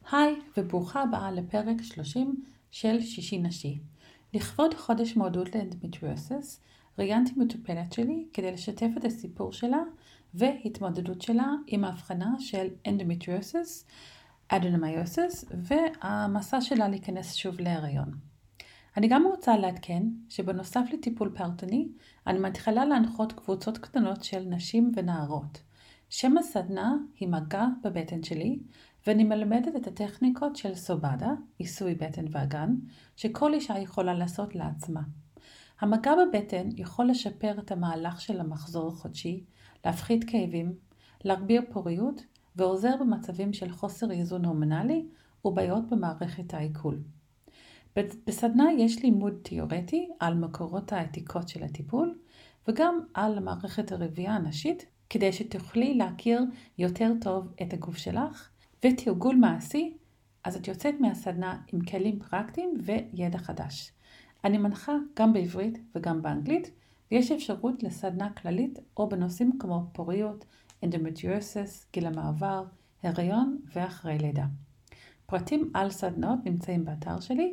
היי וברוכה הבאה לפרק 30 של שישי נשי. לכבוד חודש מועדות לאנדומטריוזיס, ראיינתי מטופלת שלי כדי לשתף את הסיפור שלה והתמודדות שלה עם ההבחנה של אנדומטריוזיס, אדנומיוזיס והמסע שלה להיכנס שוב להיריון. אני גם רוצה לעדכן שבנוסף לטיפול פרטני, אני מתחילה להנחות קבוצות קטנות של נשים ונערות. שם הסדנה היא מגע בבטן שלי, ואני מלמדת את הטכניקות של סובדה, עיסוי בטן ואגן, שכל אישה יכולה לעשות לעצמה. המגע בבטן יכול לשפר את המהלך של המחזור החודשי, להפחית כאבים, להגביר פוריות, ועוזר במצבים של חוסר איזון הורמונלי ובעיות במערכת העיכול. בסדנה יש לימוד תיאורטי על מקורות העתיקות של הטיפול, וגם על מערכת הרבייה הנשית, כדי שתוכלי להכיר יותר טוב את הגוף שלך, ותרגול מעשי, אז את יוצאת מהסדנה עם כלים פרקטיים וידע חדש. אני מנחה גם בעברית וגם באנגלית, ויש אפשרות לסדנה כללית או בנושאים כמו פוריות, אנדומטריוזיס, גיל המעבר, הריון ואחרי לידה. פרטים על סדנות נמצאים באתר שלי,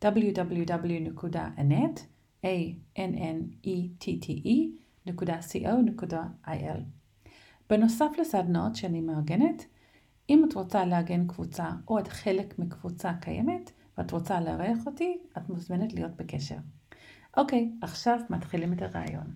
www.annette.co.il. בנוסף לסדנות שאני מארגנת, אם את רוצה לארגן קבוצה או את חלק מקבוצה קיימת ואת רוצה לארח אותי, את מוזמנת להיות בקשר. אוקיי, עכשיו מתחילים את הרעיון.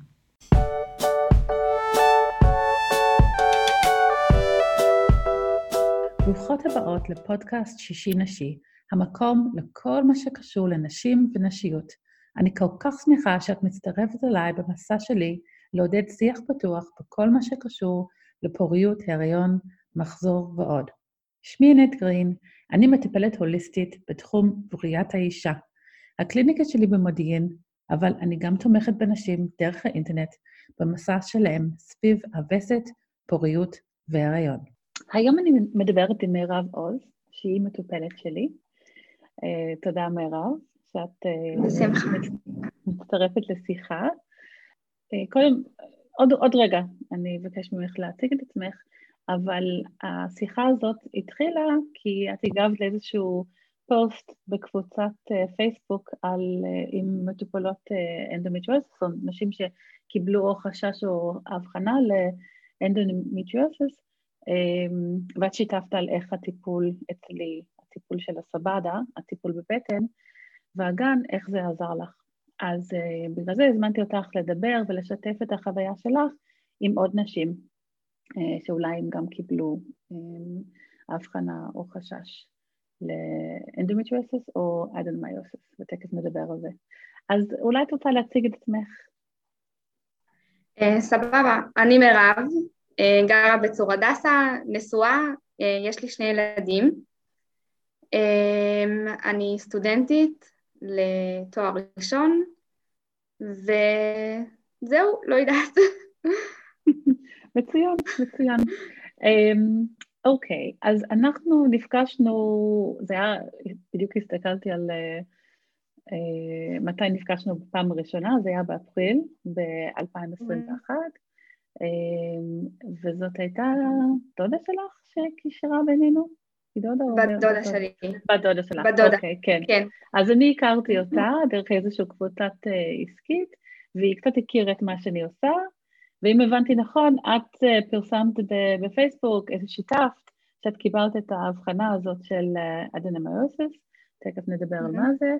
ברוכות הבאות לפודקאסט שישי נשי, המקום לכל מה שקשור לנשים ונשיות. אני כל כך שמחה שאת מצטרפת אליי במסע שלי לעודד שיח פתוח בכל מה שקשור לפוריות, הריון, מחזור ועוד. שמי ענת גרין, אני מטפלת הוליסטית בתחום בריאת האישה. הקליניקה שלי במודיעין, אבל אני גם תומכת בנשים דרך האינטרנט במסע שלהם סביב הווסת, פוריות והריון. היום אני מדברת עם מירב עוז, שהיא מטופלת שלי. תודה מירב, שאת מצטרפת לשיחה. קודם, עוד רגע, אני אבקש ממך להציג את עצמך, אבל השיחה הזאת התחילה כי את הגבת לאיזשהו פוסט בקבוצת פייסבוק עם מטופלות אנדומטריוזיס, או נשים שקיבלו או חשש או הבחנה לאנדומטריוזיס, ואת שיתפת על איך הטיפול אצלי, הטיפול של הסבדה, הטיפול בבטן, והגן, איך זה עזר לך. אז בגלל זה הזמנתי אותך לדבר ולשתף את החוויה שלך עם עוד נשים, שאולי הם גם קיבלו הבחנה או חשש לאנדומטריוזיס או אדנומיוזיס, ותכף נדבר על זה. אז אולי את רוצה להציג את עצמך? סבבה, אני מירב, גרה בצור הדסה, נשואה, יש לי 2 ילדים. אני סטודנטית לתואר ראשון, וזהו, לא יודעת. מצוין, מצוין. אוקיי, אז אנחנו נפגשנו, זה היה, בדיוק הסתכלתי על מתי נפגשנו בפעם הראשונה, זה היה באפריל ב-2021, וזאת הייתה דודה שלך שקישרה בינינו? בת דודה שלי. בת דודה שלך, אוקיי, כן. אז אני הכרתי אותה דרך איזושהי קבוצת עסקית, והיא קצת הכירה את מה שאני עושה, ואם הבנתי נכון, את פרסמת בפייסבוק, איזה שיתפת, שאת קיבלת את ההבחנה הזאת של אדנומיוזיס, תכף נדבר על מה זה,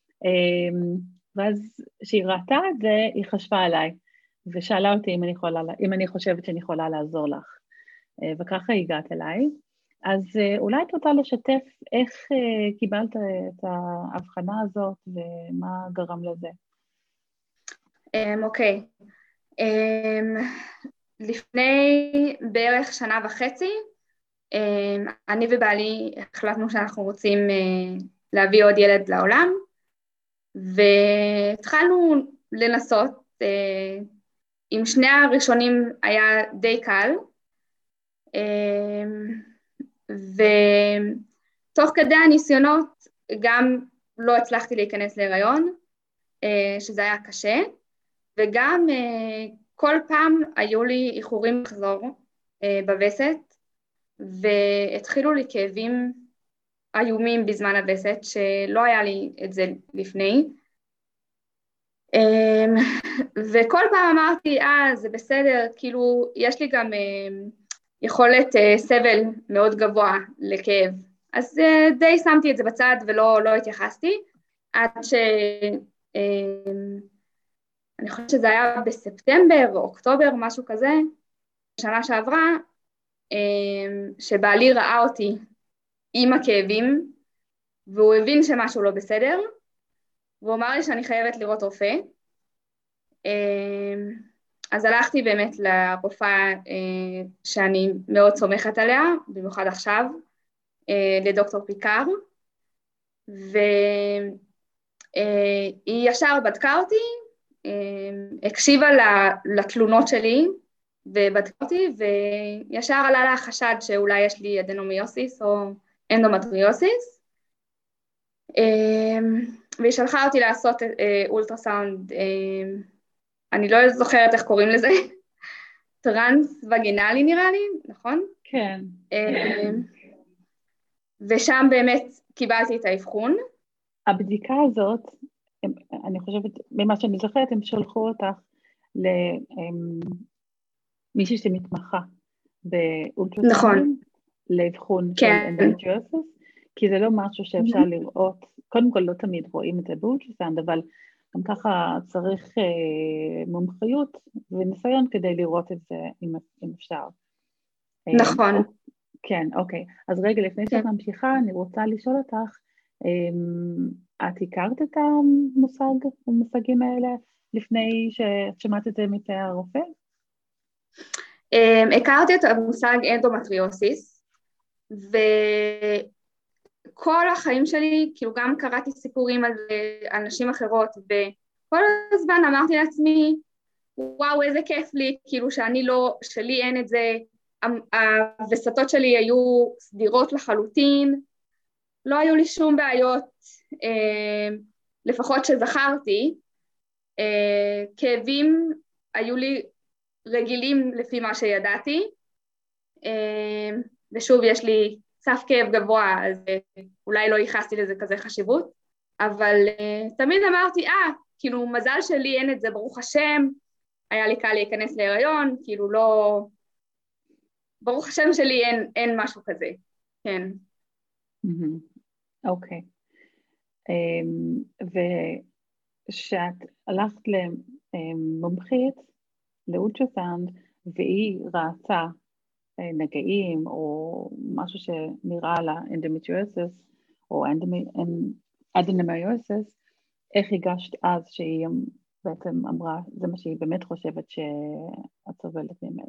ואז כשהיא ראתה את זה, היא חשבה עליי, ושאלה אותי אם אני חושבת שאני יכולה לעזור לך, וככה הגעת אליי. אז אולי את רוצה לשתף איך קיבלת את ההבחנה הזאת, ומה גרם לזה? אוקיי. לפני בערך 1.5 שנה, אני ובעלי החלטנו שאנחנו רוצים להביא עוד ילד לעולם, והתחלנו לנסות, עם 2 הראשונים היה די קל, ותוך כדי הניסיונות גם לא הצלחתי להיכנס להיריון, שזה היה קשה, וגם כל פעם היו לי איחורים לחזור בווסת, והתחילו לי כאבים איומים בזמן הווסת, שלא היה לי את זה לפני. וכל פעם אמרתי, זה בסדר, כאילו, יש לי גם יכולת סבל מאוד גבוה לכאב. אז די שמתי את זה בצד ולא התייחסתי, עד אני חושבת שזה היה בספטמבר או אוקטובר, משהו כזה, בשנה שעברה, שבעלי ראה אותי עם הכאבים, והוא הבין שמשהו לא בסדר, והוא אמר לי שאני חייבת לראות רופא. אז הלכתי באמת לרופאה שאני מאוד סומכת עליה, במיוחד עכשיו, לדוקטור פיקר, והיא ישר בדקה אותי, הקשיבה לתלונות שלי, ובדקה אותי, וישר עלה לה החשד שאולי יש לי אדנומיוסיס או אנדומטריוסיס, והיא שלחה אותי לעשות אולטרסאונד, אני לא זוכרת איך קוראים לזה, טרנס וגינלי נראה לי, נכון? כן. ושם באמת קיבלתי את האבחון. הבדיקה הזאת, אני חושבת, ממה שאני זוכרת, הם שלחו אותך למישהי שמתמחה באולטרסאונד, נכון. לאבחון של כן. אנדומטריוזיס, כי זה לא משהו שאפשר לראות, קודם כל לא תמיד רואים את זה באולטרסאונד, אבל גם ככה צריך מומחיות וניסיון כדי לראות את זה אם אפשר. נכון. כן, אוקיי. אז רגע, לפני שאת ממשיכה, אני רוצה לשאול אותך, את הכרת את המושגים האלה לפני ששמעת את זה מפי הרופא? הכרתי את המושג אנדומטריוסיס, וכל החיים שלי, כאילו גם קראתי סיפורים על נשים אחרות, וכל הזמן אמרתי לעצמי, וואו, איזה כיף לי, כאילו שלי אין את זה, הווסתות שלי היו סדירות לחלוטין, לא היו לי שום בעיות, לפחות שזכרתי, כאבים היו לי רגילים לפי מה שידעתי, ושוב יש לי סף כאב גבוה, אז אולי לא ייחסתי לזה כזה חשיבות, אבל תמיד אמרתי, כאילו מזל שלי אין את זה, ברוך השם, היה לי קל להיכנס להיריון, כאילו לא, ברוך השם שלי אין משהו כזה, כן. אוקיי. ושאת הלכת למומחית, לאולטרסאונד, והיא ראתה נגעים או משהו שנראה לה אנדומטריוזיס או אדנומיוסיס, איך הגשת אז שהיא בעצם אמרה, זה מה שהיא באמת חושבת שאת סובלת ממנו?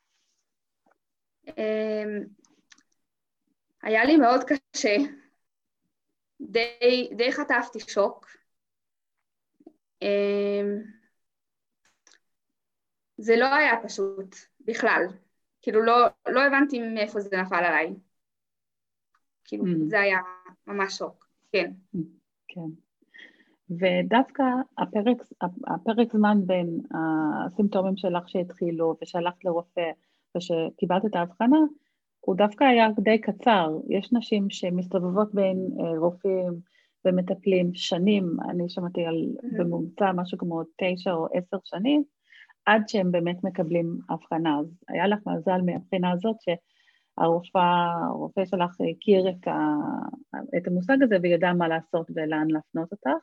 היה לי מאוד קשה, די חטפתי שוק, זה לא היה פשוט בכלל, כאילו לא הבנתי מאיפה זה נפל עליי, כאילו זה היה ממש שוק, כן. כן. ודווקא הפרק זמן בין הסימפטומים שלך שהתחילו ושהלכת לרופא ושקיבלת את ההבחנה, הוא דווקא היה די קצר. יש נשים שמסתובבות בין רופאים ומטפלים שנים, אני שמעתי על בממוצע משהו כמו 9 או 10 שנים, עד שהם באמת מקבלים הבחנה. אז היה לך מזל מהבחינה הזאת שהרופא שלך הכיר את המושג הזה וידע מה לעשות ולאן להפנות אותך.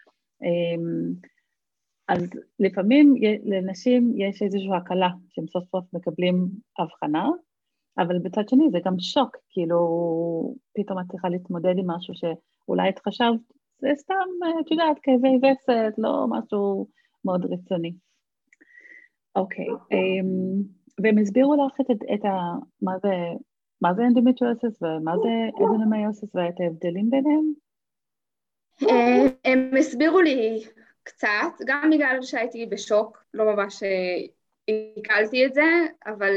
אז לפעמים לנשים יש איזושהי הקלה שהם סוף סוף מקבלים הבחנה, אבל בצד שני זה גם שוק, כאילו פתאום את צריכה להתמודד עם משהו שאולי את חשבת, זה סתם, את יודעת, כאבי וסת, לא משהו מאוד רצוני. אוקיי, והם הסבירו לך מה זה אנדומטריוזיס ומה זה אדנומיוסיס ואת ההבדלים ביניהם? הם הסבירו לי קצת, גם בגלל שהייתי בשוק, לא ממש עיכלתי את זה, אבל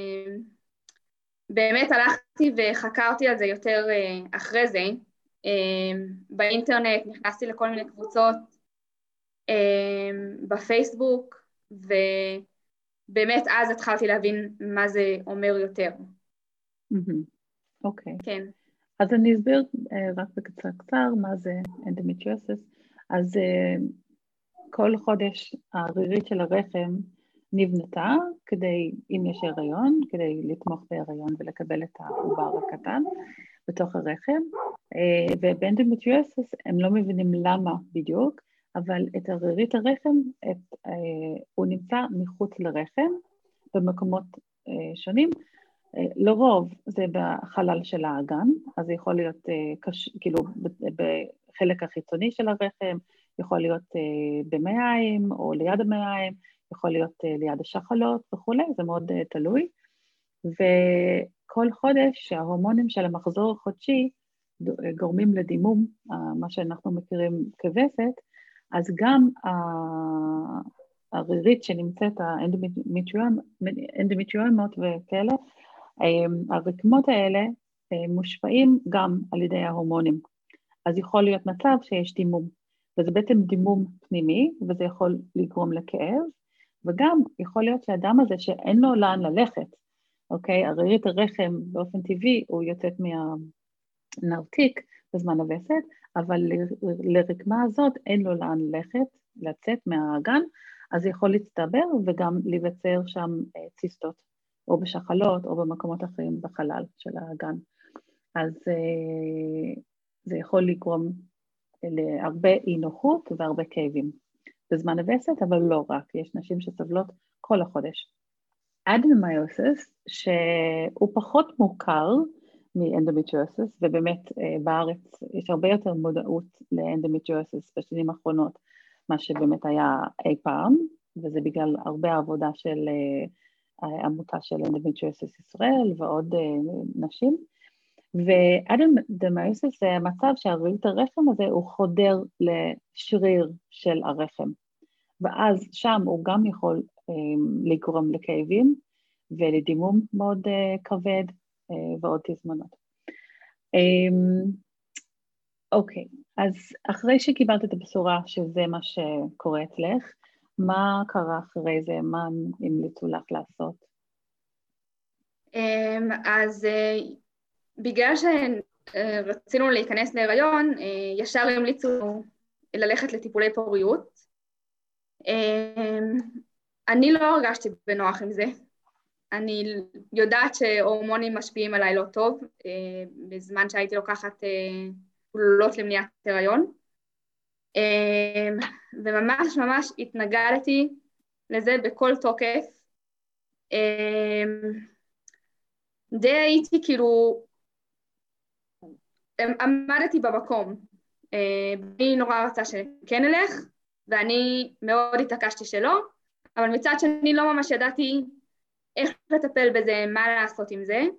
באמת הלכתי וחקרתי על זה יותר אחרי זה, באינטרנט נכנסתי לכל מיני קבוצות, בפייסבוק, ובאמת אז התחלתי להבין מה זה אומר יותר. אוקיי. כן. אז אני אסביר רק בקצר מה זה אנדומטריוזיס. אז כל חודש הרירית של הרחם נבנתה כדי, אם יש הריון, כדי לתמוך בהריון ולקבל את העובר הקטן בתוך הרחם, ובאנדומטריוזיס הם לא מבינים למה בדיוק, אבל את הרירית הרחם, הוא נמצא מחוץ לרחם במקומות שונים, לרוב זה בחלל של האגן, אז זה יכול להיות כאילו בחלק החיצוני של הרחם, יכול להיות במעיים או ליד המעיים, יכול להיות ליד השחלות וכולי, זה מאוד תלוי. וכל חודש ההורמונים של המחזור החודשי גורמים לדימום, מה שאנחנו מכירים כווסת, אז גם הרירית שנמצאת, האנדומטריומות וכאלה, הרקמות האלה מושפעים גם על ידי ההורמונים. אז יכול להיות מצב שיש דימום, וזה בעצם דימום פנימי, וזה יכול לגרום לכאב, וגם יכול להיות שהאדם הזה שאין לו לאן ללכת, אוקיי? הרירית הרחם באופן טבעי הוא יוצאת מהנרתיק בזמן הווסת, אבל לרקמה הזאת אין לו לאן ללכת, לצאת מהאגן, אז זה יכול להצטבר וגם להיווצר שם ציסטות, או בשחלות או במקומות אחרים בחלל של האגן. אז זה יכול לגרום להרבה אי נוחות והרבה כאבים בזמן הווסת, אבל לא רק, יש נשים שסבלות כל החודש. אדנומיוסיס, שהוא פחות מוכר מאנדומטריוזיס, ובאמת בארץ יש הרבה יותר מודעות לאנדומטריוזיס בשנים האחרונות, מה שבאמת היה אי פעם, וזה בגלל הרבה עבודה של עמותה של אנדומטריוזיס ישראל ועוד נשים. ואדנומיוסיס זה המצב שהרירית הרחם הזה הוא חודר לשריר של הרחם, ואז שם הוא גם יכול לגרום לכאבים ולדימום מאוד כבד ועוד תזמנות. אוקיי, אז אחרי שקיבלת את הבשורה שזה מה שקורה אצלך, מה קרה אחרי זה? מה המליצו לך לעשות? אז בגלל שרצינו להיכנס להיריון, ישר המליצו ללכת לטיפולי פוריות. אני לא הרגשתי בנוח עם זה. אני יודעת שהורמונים משפיעים עליי לא טוב, בזמן שהייתי לוקחת פעולות למניעת הריון. וממש ממש התנגדתי לזה בכל תוקף. די הייתי כאילו, עמדתי במקום. אני נורא רצה שכן אלך, ואני מאוד התעקשתי שלא, אבל מצד שני לא ממש ידעתי איך לטפל בזה, מה לעשות עם זה.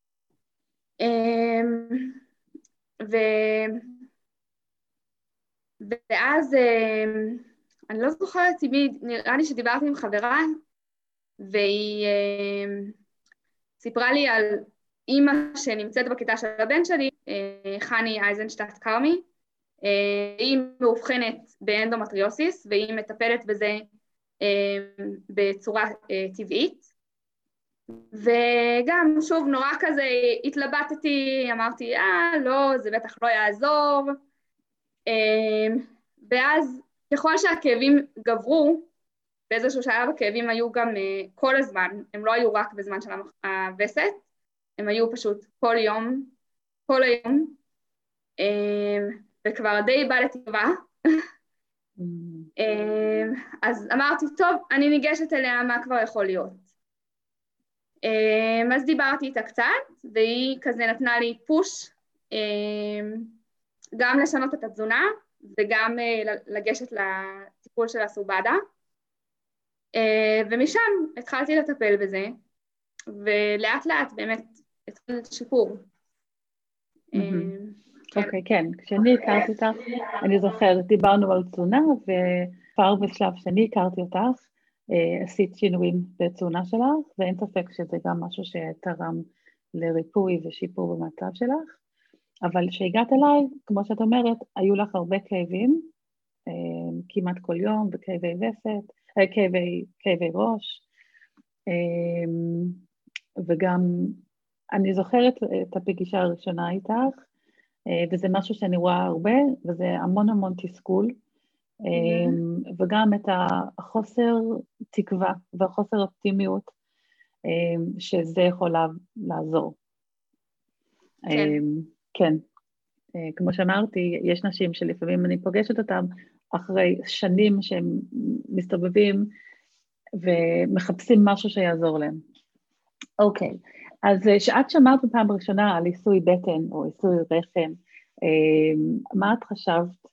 ואז אני לא זוכרת, נראה לי שדיברתי עם חברה, והיא סיפרה לי על אימא שנמצאת בכיתה של הבן שלי, חני אייזנשטט קרמי, היא מאובחנת באנדומטריוזיס, והיא מטפלת בזה בצורה טבעית. וגם, שוב, נורא כזה התלבטתי, אמרתי, לא, זה בטח לא יעזור. ואז, ככל שהכאבים גברו, באיזשהו שלב הכאבים היו גם כל הזמן, הם לא היו רק בזמן של הווסת, הם היו פשוט כל יום, כל היום, וכבר די בא לתקווה. אז אמרתי, טוב, אני ניגשת אליה, מה כבר יכול להיות? אז דיברתי איתה קצת, והיא כזה נתנה לי פוש, גם לשנות את התזונה, וגם לגשת לטיפול של הסובדה, ומשם התחלתי לטפל בזה, ולאט לאט באמת התחיל שיפור. אוקיי, כן, כשאני הכרתי אותך, אני זוכרת, דיברנו על תזונה, וכבר בשלב שאני הכרתי אותך, עשית שינויים בתזונה שלך, ואין ספק שזה גם משהו שתרם לריפוי ושיפור במצב שלך, אבל כשהגעת אליי, כמו שאת אומרת, היו לך הרבה כאבים, כמעט כל יום, וכאבי וסת, כאבי ראש, וגם אני זוכרת את הפגישה הראשונה איתך, וזה משהו שאני רואה הרבה, וזה המון המון תסכול, וגם את החוסר תקווה והחוסר אופטימיות, שזה יכול לעזור. כן. כן, כמו שאמרתי, יש נשים שלפעמים אני פוגשת אותם אחרי שנים שהם מסתובבים ומחפשים משהו שיעזור להם. אוקיי, אז שאת שמעת בפעם ראשונה על עיסוי בטן או עיסוי רחם, מה את חשבת?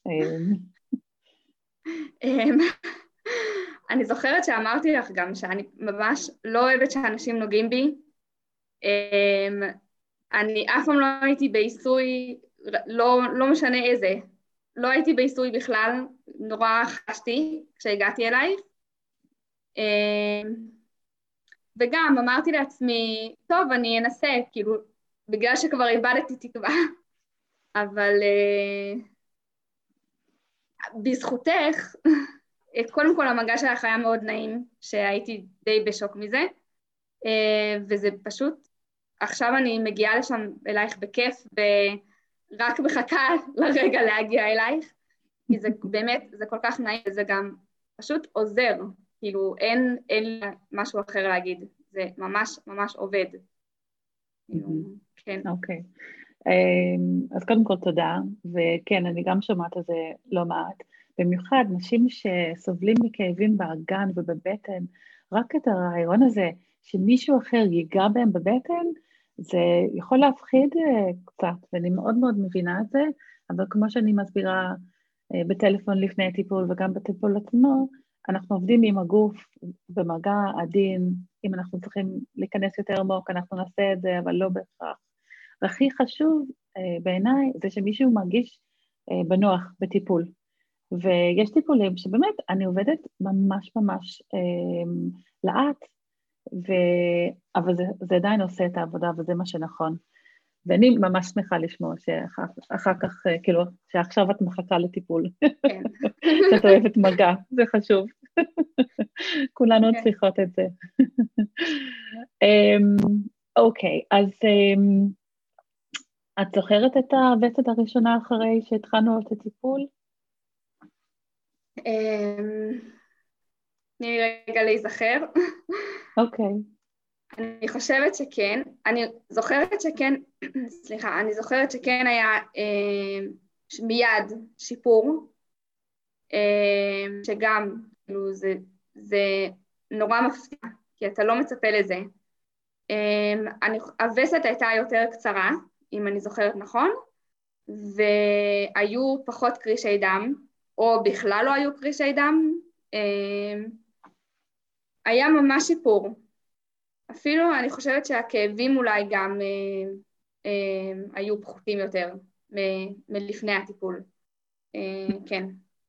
אני זוכרת שאמרתי לך גם שאני ממש לא אוהבת שאנשים נוגעים בי. אני אף פעם לא הייתי בעיסוי, לא משנה איזה, לא הייתי בעיסוי בכלל, נורא חשתי כשהגעתי אלייך. וגם אמרתי לעצמי, טוב, אני אנסה, כאילו, בגלל שכבר איבדתי תקווה, אבל בזכותך, קודם כל המגע שלך היה מאוד נעים, שהייתי די בשוק מזה, וזה פשוט, עכשיו אני מגיעה לשם אלייך בכיף, ורק מחכה לרגע להגיע אלייך, כי זה באמת, זה כל כך נעים, וזה גם פשוט עוזר, כאילו אין משהו אחר להגיד, זה ממש ממש עובד. כן. אוקיי. אז קודם כל תודה, וכן, אני גם שומעת את זה לא מעט, במיוחד נשים שסובלים מכאבים באגן ובבטן, רק את הרעיון הזה שמישהו אחר ייגע בהם בבטן, זה יכול להפחיד קצת, ואני מאוד מאוד מבינה את זה, אבל כמו שאני מסבירה בטלפון לפני הטיפול וגם בטיפול עצמו, אנחנו עובדים עם הגוף במגע עדין, אם אנחנו צריכים להיכנס יותר עמוק, אנחנו נעשה את זה, אבל לא בהכרח. והכי חשוב בעיניי זה שמישהו מרגיש בנוח בטיפול. ויש טיפולים שבאמת אני עובדת ממש ממש לאט, אבל זה עדיין עושה את העבודה וזה מה שנכון. ואני ממש שמחה לשמוע שאחר כך, כאילו, שעכשיו את מחכה לטיפול. כן. שאת אוהבת מגע, זה חשוב. כולנו כן. צריכות את זה. אוקיי, אז את זוכרת את הווסת הראשונה אחרי שהתחלנו את הטיפול? תני רגע להיזכר. אוקיי. אני חושבת שכן, אני זוכרת שכן, סליחה, אני זוכרת שכן היה מיד שיפור, שגם, כאילו, זה נורא מפתיע, כי אתה לא מצפה לזה. הווסת הייתה יותר קצרה, אם אני זוכרת נכון, והיו פחות קרישי דם, או בכלל לא היו קרישי דם, היה ממש שיפור. אפילו אני חושבת שהכאבים אולי גם היו פחותים יותר מלפני הטיפול. כן.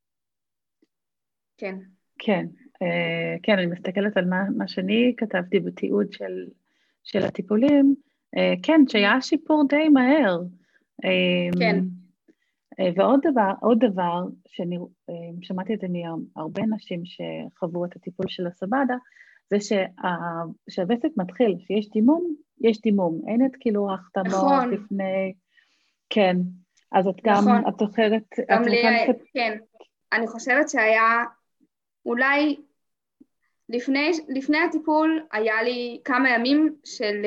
כן. כן. כן, אני מסתכלת על מה שאני כתבתי בתיעוד של הטיפולים, כן, שהיה שיפור די מהר. כן. ועוד דבר שאני שמעתי את זה מהרבה נשים שחוו את הטיפול של הסבדה, זה שהווסת מתחיל, שיש דימום, יש דימום, אין את כאילו החתמות נכון. לפני, כן, אז את גם, נכון. את זוכרת, גם את לי, רוצה לספר? כן, אני חושבת שהיה, אולי לפני הטיפול היה לי כמה ימים של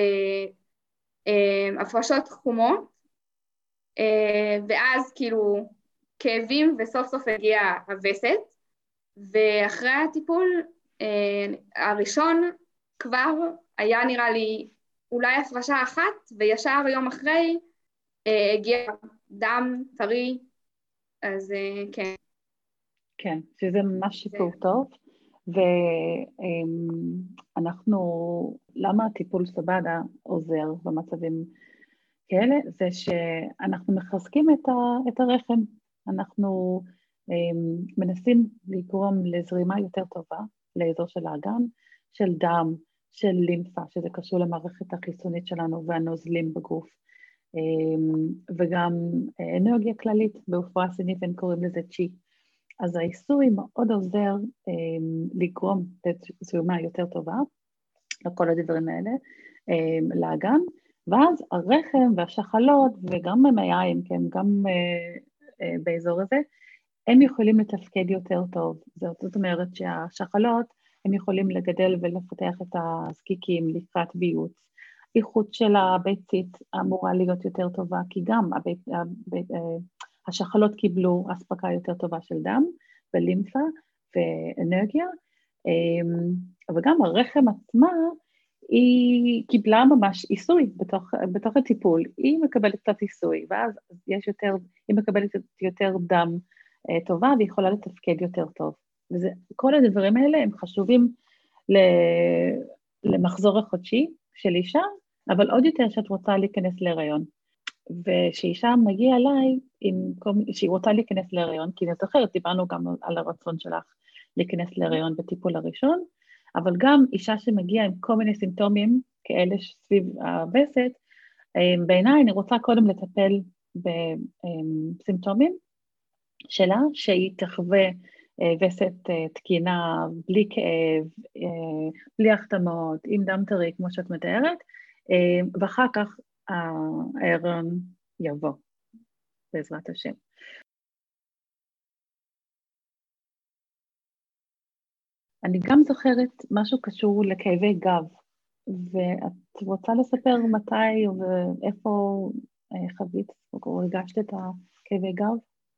הפרשות חומות, ואז כאילו כאבים וסוף סוף הגיע הווסת, ואחרי הטיפול הראשון כבר היה נראה לי אולי הפרשה אחת, וישר יום אחרי הגיע דם טרי, אז כן. כן, שזה ממש שיפור טוב, ואנחנו, למה הטיפול סבדה עוזר במצבים כאלה, זה שאנחנו מחזקים את הרחם, אנחנו מנסים לגרום לזרימה יותר טובה לאזור של האגן, של דם, של לימפה, שזה קשור למערכת החיסונית שלנו והנוזלים בגוף, וגם אנרגיה כללית, ברפואה סינית הם קוראים לזה צ'י. אז העיסוי מאוד עוזר לגרום לזרימה יותר טובה, לכל הדברים האלה, לאגן, ואז הרחם והשחלות וגם המעיים, כן, גם באזור הזה, הם יכולים לתפקד יותר טוב. זאת אומרת שהשחלות, הם יכולים לגדל ולפתח את הזקיקים לקראת ביוץ. איכות של הביצית אמורה להיות יותר טובה, כי גם השחלות קיבלו אספקה יותר טובה של דם ולימפה ואנרגיה, וגם הרחם עצמה, היא קיבלה ממש עיסוי בתוך הטיפול, היא מקבלת קצת עיסוי, ואז היא מקבלת יותר דם טובה, והיא יכולה לתפקד יותר טוב. כל הדברים האלה הם חשובים למחזור החודשי של אישה, אבל עוד יותר שאת רוצה להיכנס להיריון. ושאישה מגיעה אליי, שהיא רוצה להיכנס להיריון, כי אני זוכרת, דיברנו גם על הרצון שלך להיכנס להיריון בטיפול הראשון, אבל גם אישה שמגיעה עם כל מיני סימפטומים כאלה סביב הווסת, בעיניי אני רוצה קודם לטפל בסימפטומים שלה, שהיא תחווה וסת תקינה, בלי כאב, בלי החתמות, עם דם טרי, כמו שאת מתארת, ואחר כך ההיריון יבוא, בעזרת השם. אני גם זוכרת משהו קשור לכאבי גב, ואת רוצה לספר מתי ואיפה חווית או הרגשת את הכאבי גב?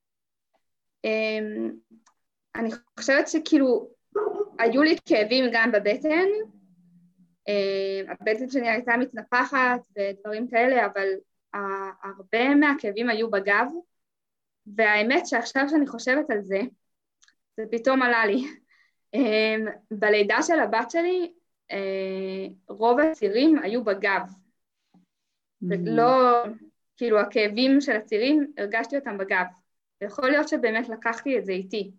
אני חושבת שכאילו היו לי כאבים גם בבטן, הבטן שלי הייתה מתנפחת ודברים כאלה, אבל הרבה מהכאבים היו בגב, והאמת שעכשיו שאני חושבת על זה, זה פתאום עלה לי. בלידה של הבת שלי, רוב הצירים היו בגב, ולא, כאילו הכאבים של הצירים, הרגשתי אותם בגב. ויכול להיות שבאמת לקחתי את זה איתי.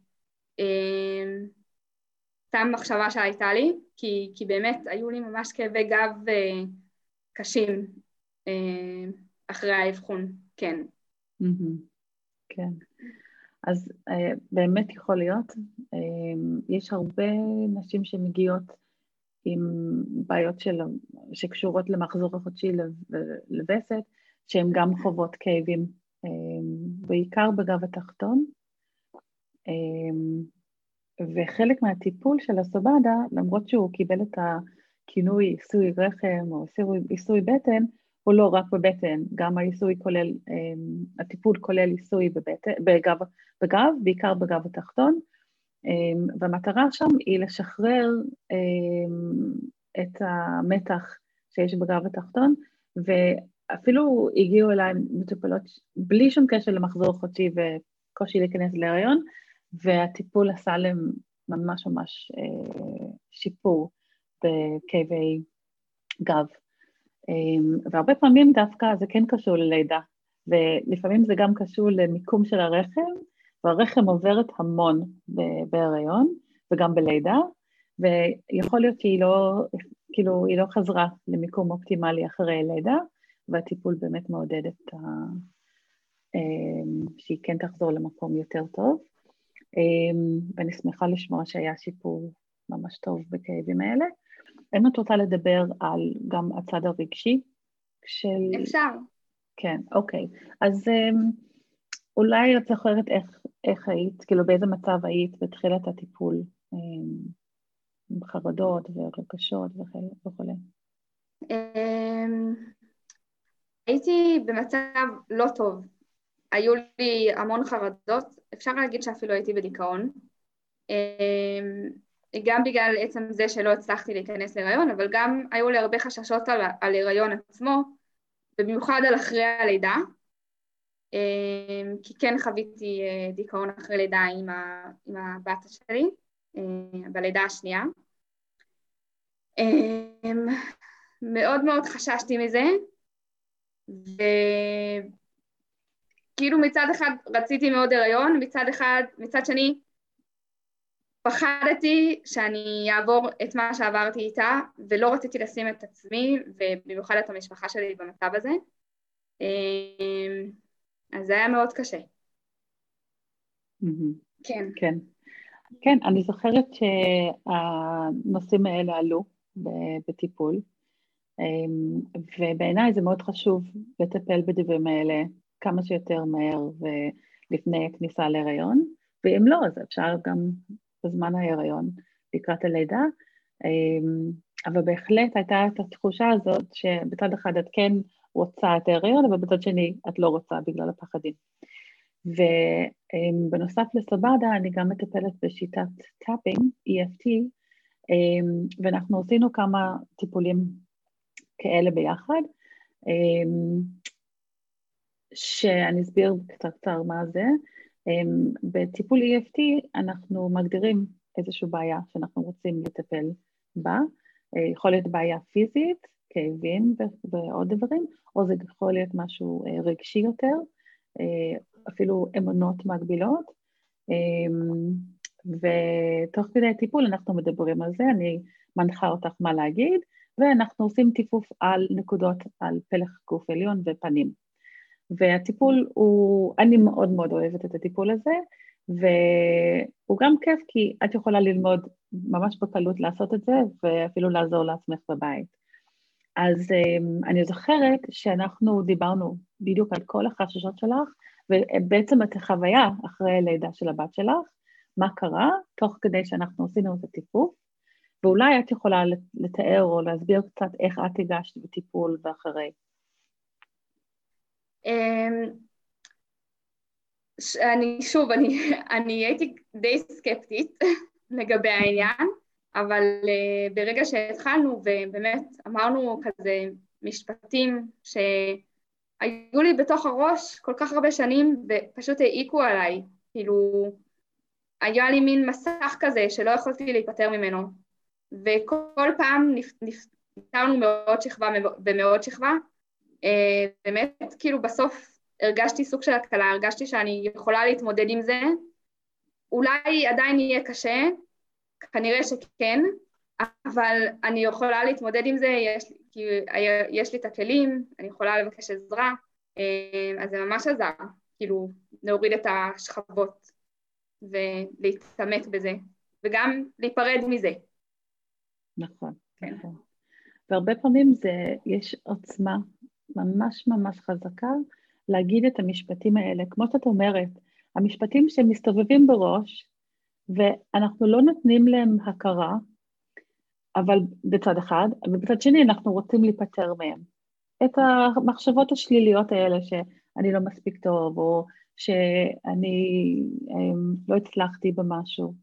סתם מחשבה שהייתה לי, כי באמת היו לי ממש כאבי גב קשים אחרי האבחון, כן. כן. אז באמת יכול להיות, יש הרבה נשים שמגיעות עם בעיות שקשורות למחזור החודשי לווסת, שהן גם חוות כאבים, בעיקר בגב התחתון, וחלק מהטיפול של הסובדה, למרות שהוא קיבל את הכינוי עיסוי רחם או עיסוי בטן, הוא לא רק בבטן, גם העיסוי כולל, הטיפול כולל עיסוי בגב, בעיקר בגב התחתון, והמטרה שם היא לשחרר את המתח שיש בגב התחתון, ואפילו הגיעו אליי מטופלות בלי שום קשר למחזור חודשי וקושי להיכנס להיריון, והטיפול עשה להם ממש שיפור בכאבי גב. והרבה פעמים דווקא זה כן קשור ללידה, ולפעמים זה גם קשור למיקום של הרחם, והרחם עוברת המון בהיריון וגם בלידה, ויכול להיות שהיא לא חזרה למיקום אופטימלי אחרי לידה, והטיפול באמת מעודד שהיא כן תחזור למקום יותר טוב, ואני שמחה לשמוע שהיה שיפור ממש טוב בכאבים האלה. אם את רוצה לדבר על גם הצד הרגשי של... אפשר. כן, אוקיי. אז אולי את זוכרת איך היית, כאילו באיזה מצב היית בתחילת הטיפול, עם חרדות ורגשות וכו'. הייתי במצב לא טוב. היו לי המון חרדות, אפשר להגיד שאפילו הייתי בדיכאון. גם בגלל עצם זה שלא הצלחתי להיכנס להיריון, אבל גם היו לי הרבה חששות על ההיריון עצמו, במיוחד על אחרי הלידה, כי כן חוויתי דיכאון אחרי לידה עם הבת שלי, בלידה השנייה. מאוד מאוד חששתי מזה, וכאילו מצד אחד רציתי מאוד הריון, מצד שני פחדתי שאני אעבור את מה שעברתי איתה, ולא רציתי לשים את עצמי, ובמיוחד את המשפחה שלי במצב הזה. אז זה היה מאוד קשה. כן. כן. כן, אני זוכרת שהנושאים האלה עלו בטיפול, ובעיניי זה מאוד חשוב לטפל בדברים האלה כמה שיותר מהר ולפני הכניסה להיריון, ואם לא, אז אפשר גם בזמן ההיריון לקראת הלידה, אבל בהחלט הייתה את התחושה הזאת שבצד אחד את כן רוצה את ההיריון, אבל בצד שני את לא רוצה בגלל הפחדים. ובנוסף לסבדה, אני גם מטפלת בשיטת טאפינג, EFT, ואנחנו עשינו כמה טיפולים כאלה ביחד, שאני אסביר קצר מה זה. בטיפול EFT אנחנו מגדירים איזושהי בעיה שאנחנו רוצים לטפל בה, יכול להיות בעיה פיזית, כאבים ועוד דברים, או זה יכול להיות משהו רגשי יותר, אפילו אמונות מגבילות, ותוך כדי הטיפול אנחנו מדברים על זה, אני מנחה אותך מה להגיד, ואנחנו עושים טיפוף על נקודות על פלח גוף עליון ופנים. והטיפול הוא, אני מאוד מאוד אוהבת את הטיפול הזה, והוא גם כיף כי את יכולה ללמוד ממש בקלות לעשות את זה, ואפילו לעזור לעצמך בבית. אז אני זוכרת שאנחנו דיברנו בדיוק על כל החששות שלך, ובעצם את החוויה אחרי הלידה של הבת שלך, מה קרה, תוך כדי שאנחנו עשינו את הטיפוף, ואולי את יכולה לתאר או להסביר קצת איך את הגשת בטיפול ואחרי. אני הייתי די סקפטית לגבי העניין, אבל ברגע שהתחלנו ובאמת אמרנו כזה משפטים שהיו לי בתוך הראש כל כך הרבה שנים ופשוט העיקו עליי, כאילו היה לי מין מסך כזה שלא יכולתי להיפטר ממנו, וכל פעם נפטרנו מעוד שכבה ומעוד שכבה, באמת כאילו בסוף הרגשתי סוג של הקלה, הרגשתי שאני יכולה להתמודד עם זה, אולי עדיין יהיה קשה, כנראה שכן, אבל אני יכולה להתמודד עם זה, יש לי את הכלים, אני יכולה לבקש עזרה, אז זה ממש עזר, כאילו להוריד את השכבות ולהתעמק בזה, וגם להיפרד מזה. נכון, כן. נכון. והרבה פעמים יש עוצמה ממש ממש חזקה להגיד את המשפטים האלה, כמו שאת אומרת, המשפטים שמסתובבים בראש, ואנחנו לא נותנים להם הכרה, אבל בצד אחד, ובצד שני אנחנו רוצים להיפטר מהם. את המחשבות השליליות האלה שאני לא מספיק טוב, או שאני לא הצלחתי במשהו.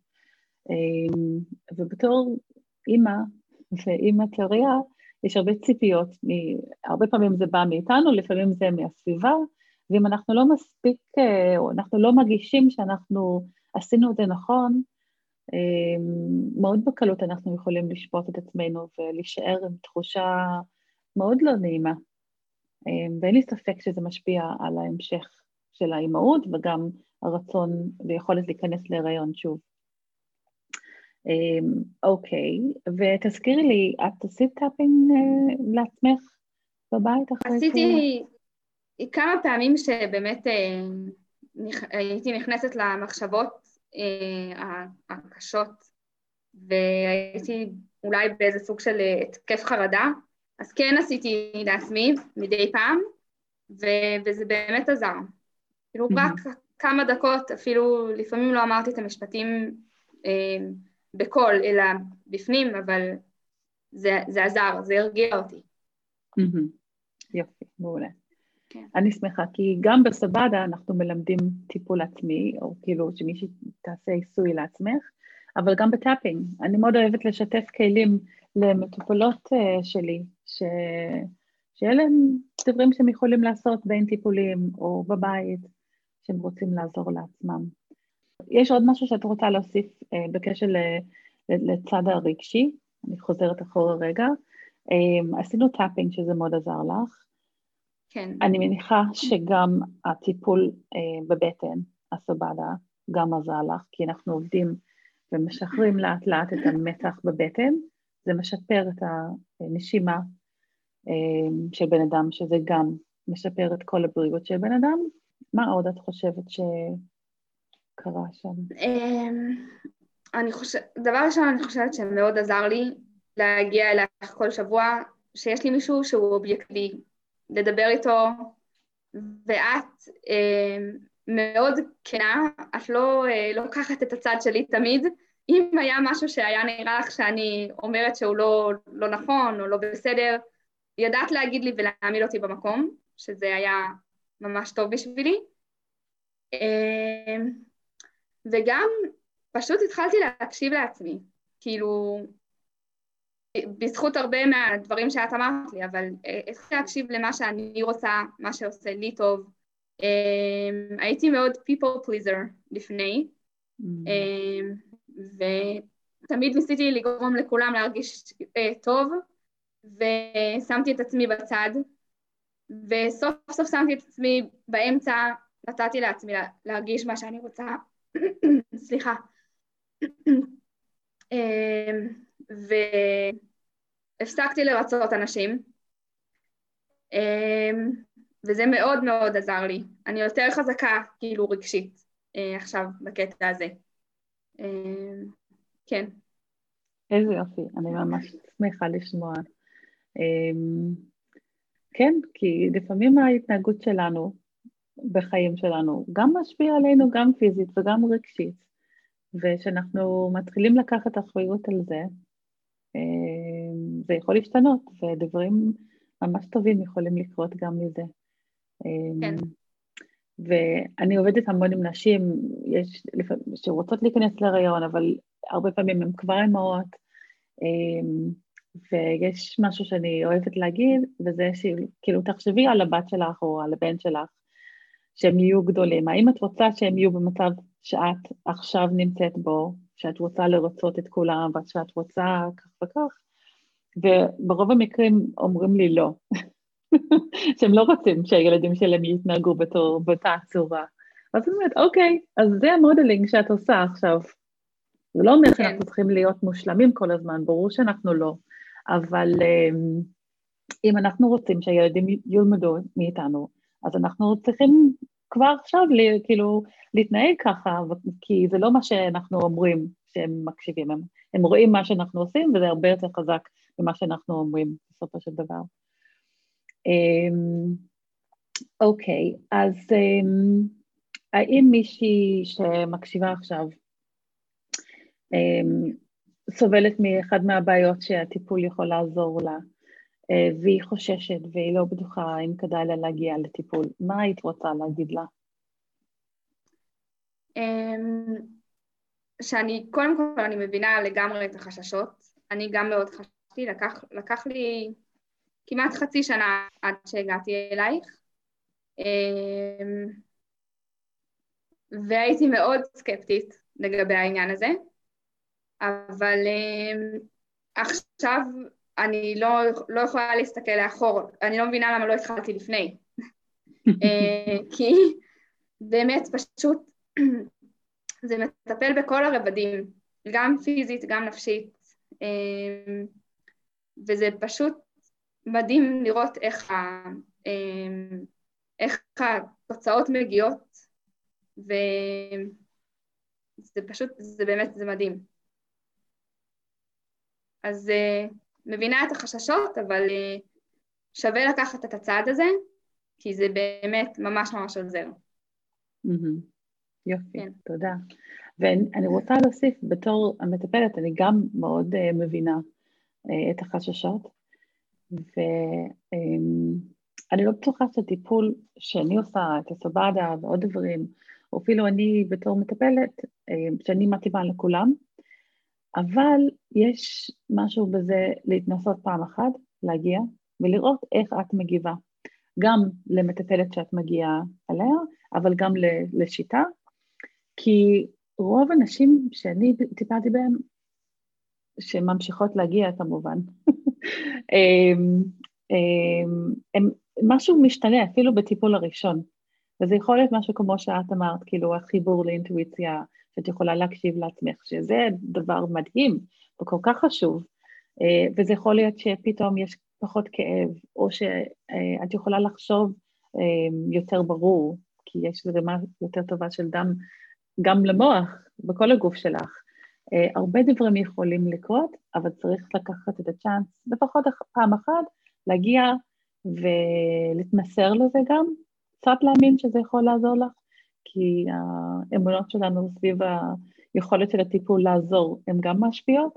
ובתור אימא ואימא טריה, יש הרבה ציפיות, הרבה פעמים זה בא מאיתנו, לפעמים זה מהסביבה, ואם אנחנו לא מספיק, או אנחנו לא מרגישים שאנחנו עשינו את זה נכון, מאוד בקלות אנחנו יכולים לשפוט את עצמנו ולהישאר עם תחושה מאוד לא נעימה. ואין לי ספק שזה משפיע על ההמשך של האימהות וגם הרצון ויכולת להיכנס להיריון שוב. אוקיי, ותזכירי לי, את עשית טאפינג לעצמך בבית אחרי זה? עשיתי כמה פעמים שבאמת הייתי נכנסת למחשבות הקשות, והייתי אולי באיזה סוג של התקף חרדה, אז כן עשיתי לעצמי מדי פעם, וזה באמת עזר. כאילו רק כמה דקות, אפילו לפעמים לא אמרתי את המשפטים בקול, אלא בפנים, אבל זה עזר, זה הרגיע אותי. יופי, מעולה. כן. אני שמחה, כי גם בסבדה אנחנו מלמדים טיפול עצמי, או כאילו שמישהי תעשה עיסוי לעצמך, אבל גם בטאפינג. אני מאוד אוהבת לשתף כלים למטופלות שלי, שיהיה להם דברים שהם יכולים לעשות בין טיפולים או בבית, שהם רוצים לעזור לעצמם. יש עוד משהו שאת רוצה להוסיף בקשר לצד הרגשי, אני חוזרת אחורה רגע, עשינו טאפינג שזה מאוד עזר לך, כן. אני מניחה שגם הטיפול בבטן, הסבדה, גם עזר לך, כי אנחנו עובדים ומשחררים לאט לאט את המתח בבטן, זה משפר את הנשימה של בן אדם, שזה גם משפר את כל הבריאות של בן אדם. מה עוד את חושבת שקרה שם? דבר ראשון אני חושבת שמאוד עזר לי להגיע אלייך כל שבוע, שיש לי מישהו שהוא אובייקטיבי, לדבר איתו, ואת מאוד כנה, את לא לוקחת את הצד שלי תמיד, אם היה משהו שהיה נראה לך שאני אומרת שהוא לא נכון או לא בסדר, ידעת להגיד לי ולהעמיד אותי במקום, שזה היה ממש טוב בשבילי. וגם פשוט התחלתי להקשיב לעצמי, כאילו, בזכות הרבה מהדברים שאת אמרת לי, אבל התחלתי להקשיב למה שאני רוצה, מה שעושה לי טוב. הייתי מאוד people pleaser לפני, ותמיד ניסיתי לגרום לכולם להרגיש טוב, ושמתי את עצמי בצד, וסוף סוף שמתי את עצמי באמצע, נתתי לעצמי להרגיש מה שאני רוצה, סליחה, והפסקתי לרצות אנשים, וזה מאוד מאוד עזר לי. אני יותר חזקה, כאילו רגשית, עכשיו בקטע הזה. כן. איזה יופי, אני ממש שמחה לשמוע. כן, כי לפעמים ההתנהגות שלנו בחיים שלנו גם משפיע עלינו, גם פיזית וגם רגשית, ושאנחנו מתחילים לקחת אחריות על זה, זה יכול להשתנות, ודברים ממש טובים יכולים לקרות גם מזה. כן. ואני עובדת המון עם נשים שרוצות להיכנס להיריון, אבל הרבה פעמים הן כבר אימהות, ויש משהו שאני אוהבת להגיד, וזה שכאילו תחשבי על הבת שלך או על הבן שלך, שהם יהיו גדולים. האם את רוצה שהם יהיו במצב שאת עכשיו נמצאת בו, שאת רוצה לרצות את כולם, ושאת רוצה כך וכך? וברוב המקרים אומרים לי לא. שהם לא רוצים שהילדים שלהם יתנהגו באותה צורה. אז אני אומרת, אוקיי, אז זה המודלינג שאת עושה עכשיו. זה לא אומר שאנחנו צריכים להיות מושלמים כל הזמן, ברור שאנחנו לא. אבל אם אנחנו רוצים שהילדים ילמדו מאיתנו, אז אנחנו צריכים כבר עכשיו כאילו להתנהג ככה, כי זה לא מה שאנחנו אומרים שהם מקשיבים. הם רואים מה שאנחנו עושים, וזה הרבה יותר חזק ממה שאנחנו אומרים בסופו של דבר. אוקיי, אז האם מישהי שמקשיבה עכשיו סובלת מאחד מהבעיות שהטיפול יכול לעזור לה, והיא חוששת והיא לא בטוחה אם כדאי לה להגיע לטיפול, מה היית רוצה להגיד לה? שאני, קודם כל אני מבינה לגמרי את החששות, אני גם מאוד חששתי, לקח לי כמעט חצי שנה עד שהגעתי אלייך, והייתי מאוד סקפטית לגבי העניין הזה, אבל עכשיו אני לא יכולה להסתכל לאחור, אני לא מבינה למה לא התחלתי לפני, כי באמת פשוט זה מטפל בכל הרבדים, גם פיזית, גם נפשית, וזה פשוט מדהים לראות איך התוצאות מגיעות, וזה פשוט, זה באמת, זה מדהים. אז מבינה את החששות, אבל שווה לקחת את הצעד הזה, כי זה באמת ממש ממש עוזר. יופי, תודה. ואני רוצה להוסיף, בתור המטפלת, אני גם מאוד מבינה את החששות, ואני לא בטוחה שהטיפול שאני עושה, את הסבדה ועוד דברים, או אפילו אני בתור מטפלת, שאני מתאימה לכולם, אבל יש משהו בזה להתנסות פעם אחת, להגיע, ולראות איך את מגיבה, גם למטפלת שאת מגיעה עליה, אבל גם לשיטה, כי רוב הנשים שאני טיפלתי בהן, שממשיכות להגיע כמובן, משהו משתנה אפילו בטיפול הראשון, וזה יכול להיות משהו כמו שאת אמרת, כאילו החיבור לאינטואיציה, שאת יכולה להקשיב לעצמך, שזה דבר מדהים וכל כך חשוב, וזה יכול להיות שפתאום יש פחות כאב, או שאת יכולה לחשוב יותר ברור, כי יש זרימה יותר טובה של דם, גם למוח, בכל הגוף שלך. הרבה דברים יכולים לקרות, אבל צריך לקחת את הצ'אנס, לפחות פעם אחת, להגיע ולהתמסר לזה גם, קצת להאמין שזה יכול לעזור לך, כי האמונות שלנו סביב היכולת של הטיפול לעזור, הן גם משפיעות,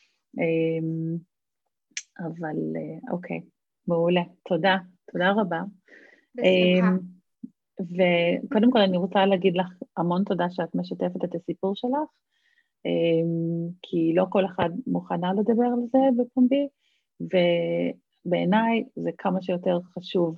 אבל אוקיי, מעולה, תודה רבה. בשמחה. וקודם כל אני רוצה להגיד לך המון תודה שאת משתפת את הסיפור שלך, כי לא כל אחד מוכנה לדבר על זה בפומבי, ובעיניי זה כמה שיותר חשוב,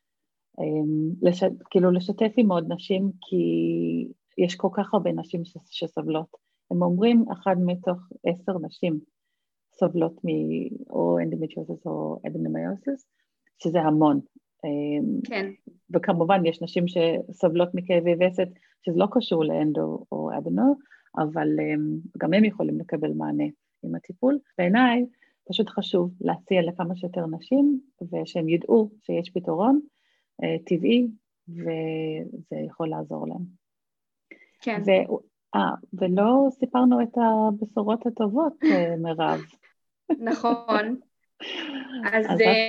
כאילו לשתף עם עוד נשים, כי יש כל כך הרבה נשים שסובלות. הם אומרים 1 מתוך 10 נשים סובלות או אנדומטריוזיס או אדנומיוזיס, שזה המון. כן. וכמובן יש נשים שסובלות מכאבי וסת, שזה לא קשור לאנדו או אדנו, אבל גם הם יכולים לקבל מענה עם הטיפול. בעיניי פשוט חשוב להציע לכמה שיותר נשים, ושהם ידעו שיש פתרון טבעי, וזה יכול לעזור להם. כן. ולא סיפרנו את הבשורות הטובות, מירב. נכון. אז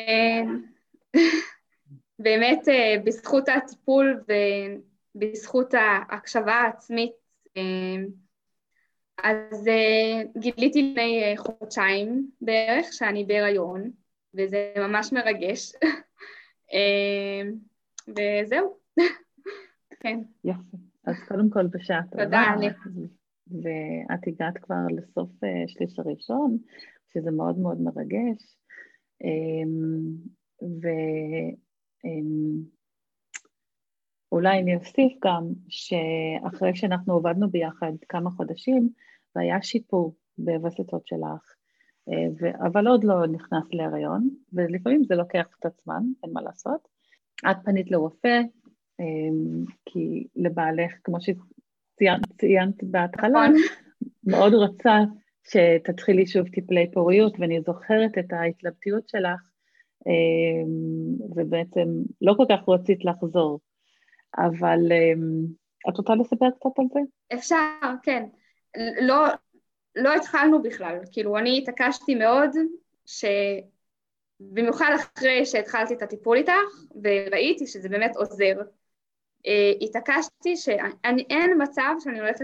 באמת בזכות הטיפול ובזכות ההקשבה העצמית, אז גיליתי לפני חודשיים בערך שאני בהיריון, וזה ממש מרגש. וזהו. כן. יופי. אז קודם כל בשעה טובה. תודה. ואת הגעת כבר לסוף שליש הראשון, שזה מאוד מאוד מרגש. ואולי אני אוסיף גם שאחרי שאנחנו עובדנו ביחד כמה חודשים, והיה שיפור בווסתות שלך, אבל עוד לא נכנס להיריון, ולפעמים זה לוקח קצת זמן, אין מה לעשות. את פנית לרופא, כי לבעלך, כמו שציינת בהתחלה, מאוד רצה שתתחילי שוב טיפולי פוריות, ואני זוכרת את ההתלבטיות שלך, ובעצם לא כל כך רצית לחזור, אבל את רוצה לספר קצת על זה? אפשר, כן. לא התחלנו בכלל, כאילו אני התעקשתי מאוד, במיוחד אחרי שהתחלתי את הטיפול איתך, וראיתי שזה באמת עוזר, התעקשתי שאין מצב שאני הולכת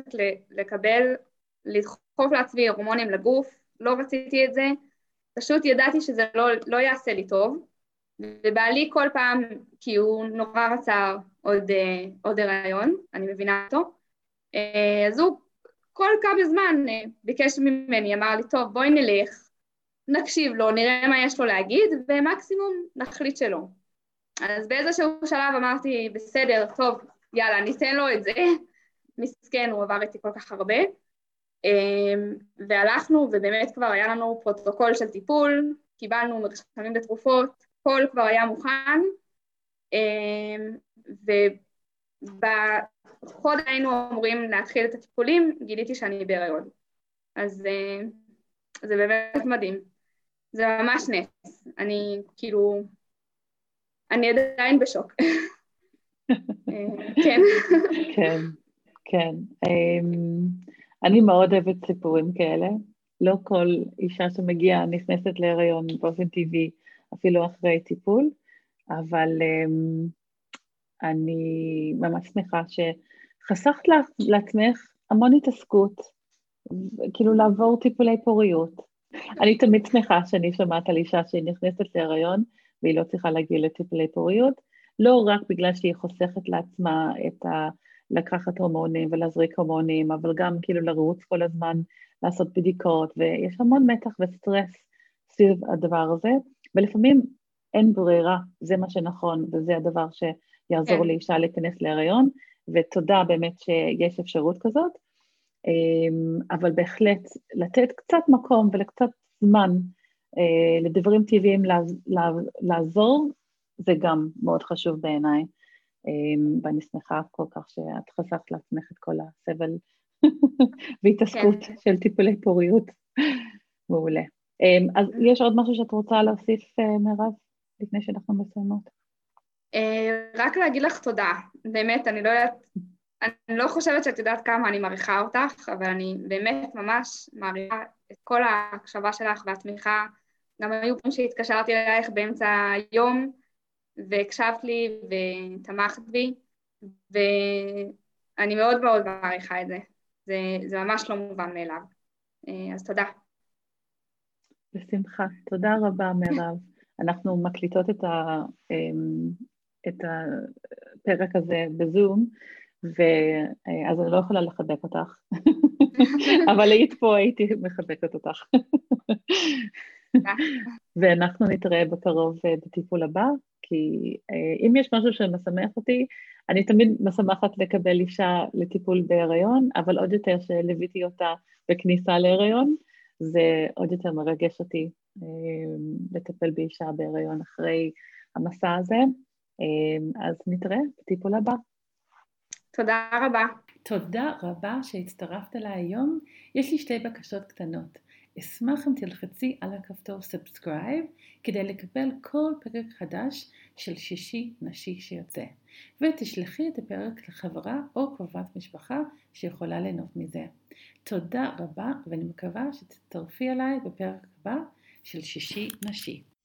לדחוף לעצמי הורמונים לגוף, לא רציתי את זה, פשוט ידעתי שזה לא יעשה לי טוב, ובעלי כל פעם, כי הוא נורא רצה עוד הריון, אני מבינה אותו, אז הוא כל כמה זמן ביקש ממני, אמר לי, טוב, בואי נלך, נקשיב לו, נראה מה יש לו להגיד, ומקסימום נחליט שלא. אז באיזשהו שלב אמרתי, בסדר, טוב, יאללה, ניתן לו את זה, מסכן, הוא עבר איתי כל כך הרבה, והלכנו, ובאמת כבר היה לנו פרוטוקול של טיפול, קיבלנו מרשמים בתרופות, הכל כבר היה מוכן, ובחוד היינו אמורים להתחיל את הטיפולים, גיליתי שאני בהיריון. אז זה באמת מדהים. זה ממש נס. אני עדיין בשוק. כן. כן, כן. אני מאוד אוהבת סיפורים כאלה. לא כל אישה שמגיעה נכנסת להיריון באופן טבעי, אפילו אחרי טיפול, אבל אני ממש שמחה שחסכת לעצמך המון התעסקות, כאילו לעבור טיפולי פוריות. אני תמיד שמחה שאני שומעת על אישה שהיא נכנסת להיריון, והיא לא צריכה להגיע לטיפולי פוריות, לא רק בגלל שהיא חוסכת לעצמה לקחת הורמונים ולהזריק הורמונים, אבל גם כאילו לרוץ כל הזמן, לעשות בדיקות, ויש המון מתח וסטרס סביב הדבר הזה, ולפעמים אין ברירה, זה מה שנכון, וזה הדבר שיעזור לאישה להיכנס להיריון, ותודה באמת שיש אפשרות כזאת, אבל בהחלט לתת קצת מקום ולקצת זמן לדברים טבעיים לעזור, זה גם מאוד חשוב בעיניי, ואני שמחה כל כך שאת חסכת לעצמך את כל הסבל והתעסקות של טיפולי פוריות. מעולה. אז יש עוד משהו שאת רוצה להוסיף, מירב, לפני שאנחנו מסיימות? רק להגיד לך תודה. באמת, אני לא חושבת שאת יודעת כמה אני מעריכה אותך, אבל אני באמת ממש מעריכה את כל ההקשבה שלך והתמיכה גם היו פעמים שהתקשרתי אלייך באמצע היום, והקשבת לי ותמכת בי, ואני מאוד מאוד מעריכה את זה. זה ממש לא מובן מאליו. אז תודה. בשמחה. תודה רבה, מירב. אנחנו מקליטות את הפרק הזה בזום, אז אני לא יכולה לחבק אותך, אבל היית פה, הייתי מחבקת אותך. ואנחנו נתראה בקרוב בטיפול הבא, כי אם יש משהו שמשמח אותי, אני תמיד משמחת לקבל אישה לטיפול בהיריון, אבל עוד יותר שלוויתי אותה בכניסה להיריון, זה עוד יותר מרגש אותי לטפל באישה בהיריון אחרי המסע הזה. אז נתראה בטיפול הבא. תודה רבה. תודה רבה שהצטרפת אליי היום. יש לי 2 בקשות קטנות. אשמח אם תלחצי על הכפתור סאבסקרייב כדי לקבל כל פרק חדש של שישי נשי שיוצא. ותשלחי את הפרק לחברה או קרובת משפחה שיכולה ליהנות מזה. תודה רבה ואני מקווה שתצטרפי אליי בפרק הבא של שישי נשי.